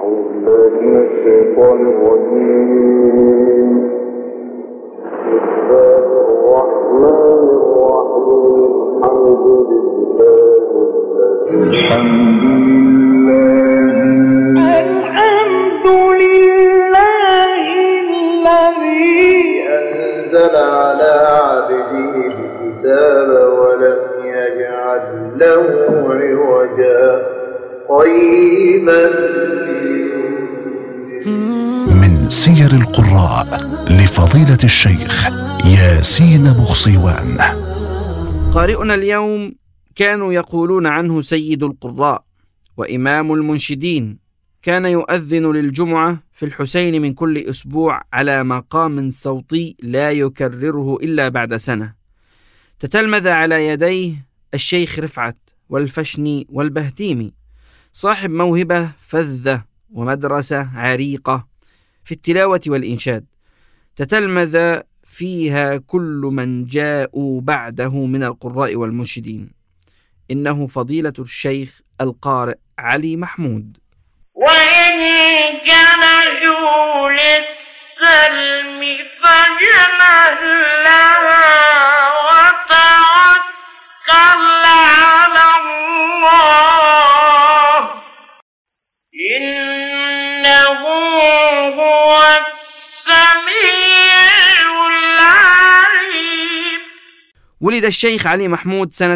الحمد لله الذي أنزل على عبده الكتاب ولم يجعل له عوجا قيما. من سير القراء لفضيلة الشيخ ياسين بخصيوان. قارئنا اليوم كانوا يقولون عنه سيد القراء وإمام المنشدين، كان يؤذن للجمعة في الحسين من كل أسبوع على مقام صوتي لا يكرره إلا بعد سنة. تتلمذ على يديه الشيخ رفعت والفشني والبهتيمي، صاحب موهبة فذة ومدرسة عريقة في التلاوة والإنشاد، تتلمذ فيها كل من جاءوا بعده من القراء والمنشدين. إنه فضيلة الشيخ القارئ علي محمود. وإن جنحوا للسلم فاجنح لها وتوكل على الله إنه هو السميع العليم. ولد الشيخ علي محمود سنة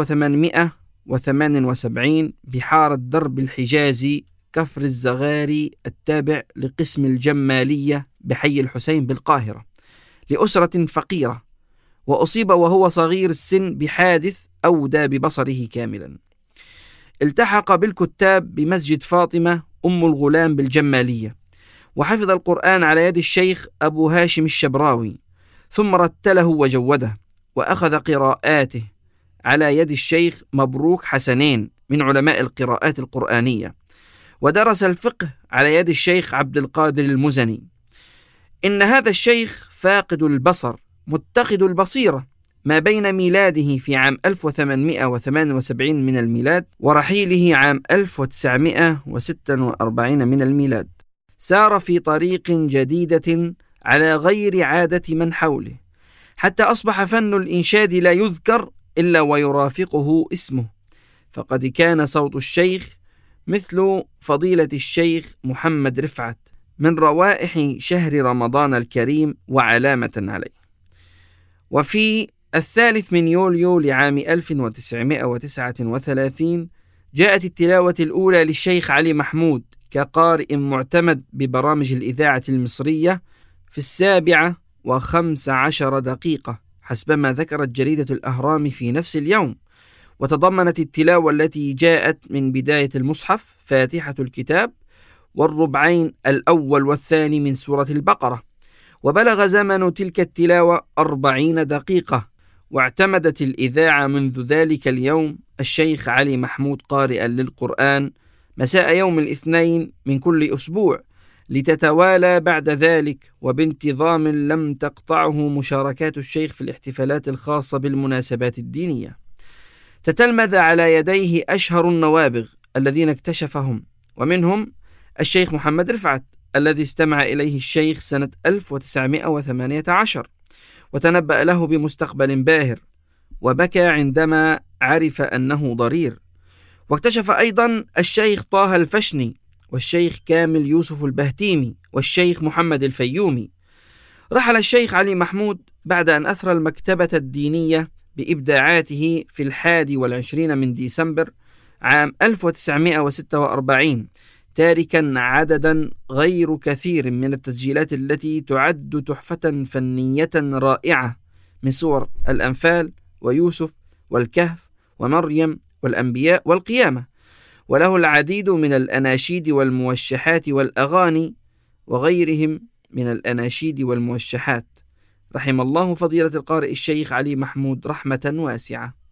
1878 بحارة درب الحجازي كفر الزغاري التابع لقسم الجمالية بحي الحسين بالقاهرة، لأسرة فقيرة، وأصيب وهو صغير السن بحادث أودى ببصره كاملا. التحق بالكتاب بمسجد فاطمة أم الغلام بالجمالية، وحفظ القرآن على يد الشيخ أبو هاشم الشبراوي، ثم رتله وجوده، وأخذ قراءاته على يد الشيخ مبروك حسنين من علماء القراءات القرآنية، ودرس الفقه على يد الشيخ عبد القادر المزني. إن هذا الشيخ فاقد البصر متقد البصيرة ما بين ميلاده في عام 1878 من الميلاد ورحيله عام 1946 من الميلاد، سار في طريق جديدة على غير عادة من حوله، حتى أصبح فن الإنشاد لا يذكر إلا ويرافقه اسمه، فقد كان صوت الشيخ مثل فضيلة الشيخ محمد رفعت من روائح شهر رمضان الكريم وعلامة عليه. وفي 3 يوليو لعام 1939 جاءت التلاوة الأولى للشيخ علي محمود كقارئ معتمد ببرامج الإذاعة المصرية في 7:15 حسبما ذكرت جريدة الأهرام في نفس اليوم، وتضمنت التلاوة التي جاءت من بداية المصحف فاتحة الكتاب والربعين الأول والثاني من سورة البقرة، وبلغ زمن تلك التلاوة 40 دقيقة، واعتمدت الإذاعة منذ ذلك اليوم الشيخ علي محمود قارئا للقرآن مساء يوم الاثنين من كل أسبوع، لتتوالى بعد ذلك وبانتظام لم تقطعه مشاركات الشيخ في الاحتفالات الخاصة بالمناسبات الدينية. تتلمذ على يديه أشهر النوابغ الذين اكتشفهم، ومنهم الشيخ محمد رفعت الذي استمع إليه الشيخ سنة 1918 وتنبأ له بمستقبل باهر، وبكى عندما عرف أنه ضرير. واكتشف أيضا الشيخ طه الفشني والشيخ كامل يوسف البهتيمي والشيخ محمد الفيومي. رحل الشيخ علي محمود بعد أن أثرى المكتبة الدينية بإبداعاته في 21 من ديسمبر عام 1946، تاركا عددا غير كثير من التسجيلات التي تعد تحفة فنية رائعة من سور الأنفال ويوسف والكهف ومريم والأنبياء والقيامة، وله العديد من الأناشيد والموشحات والأغاني وغيرهم من الأناشيد والموشحات. رحم الله فضيلة القارئ الشيخ علي محمود رحمة واسعة.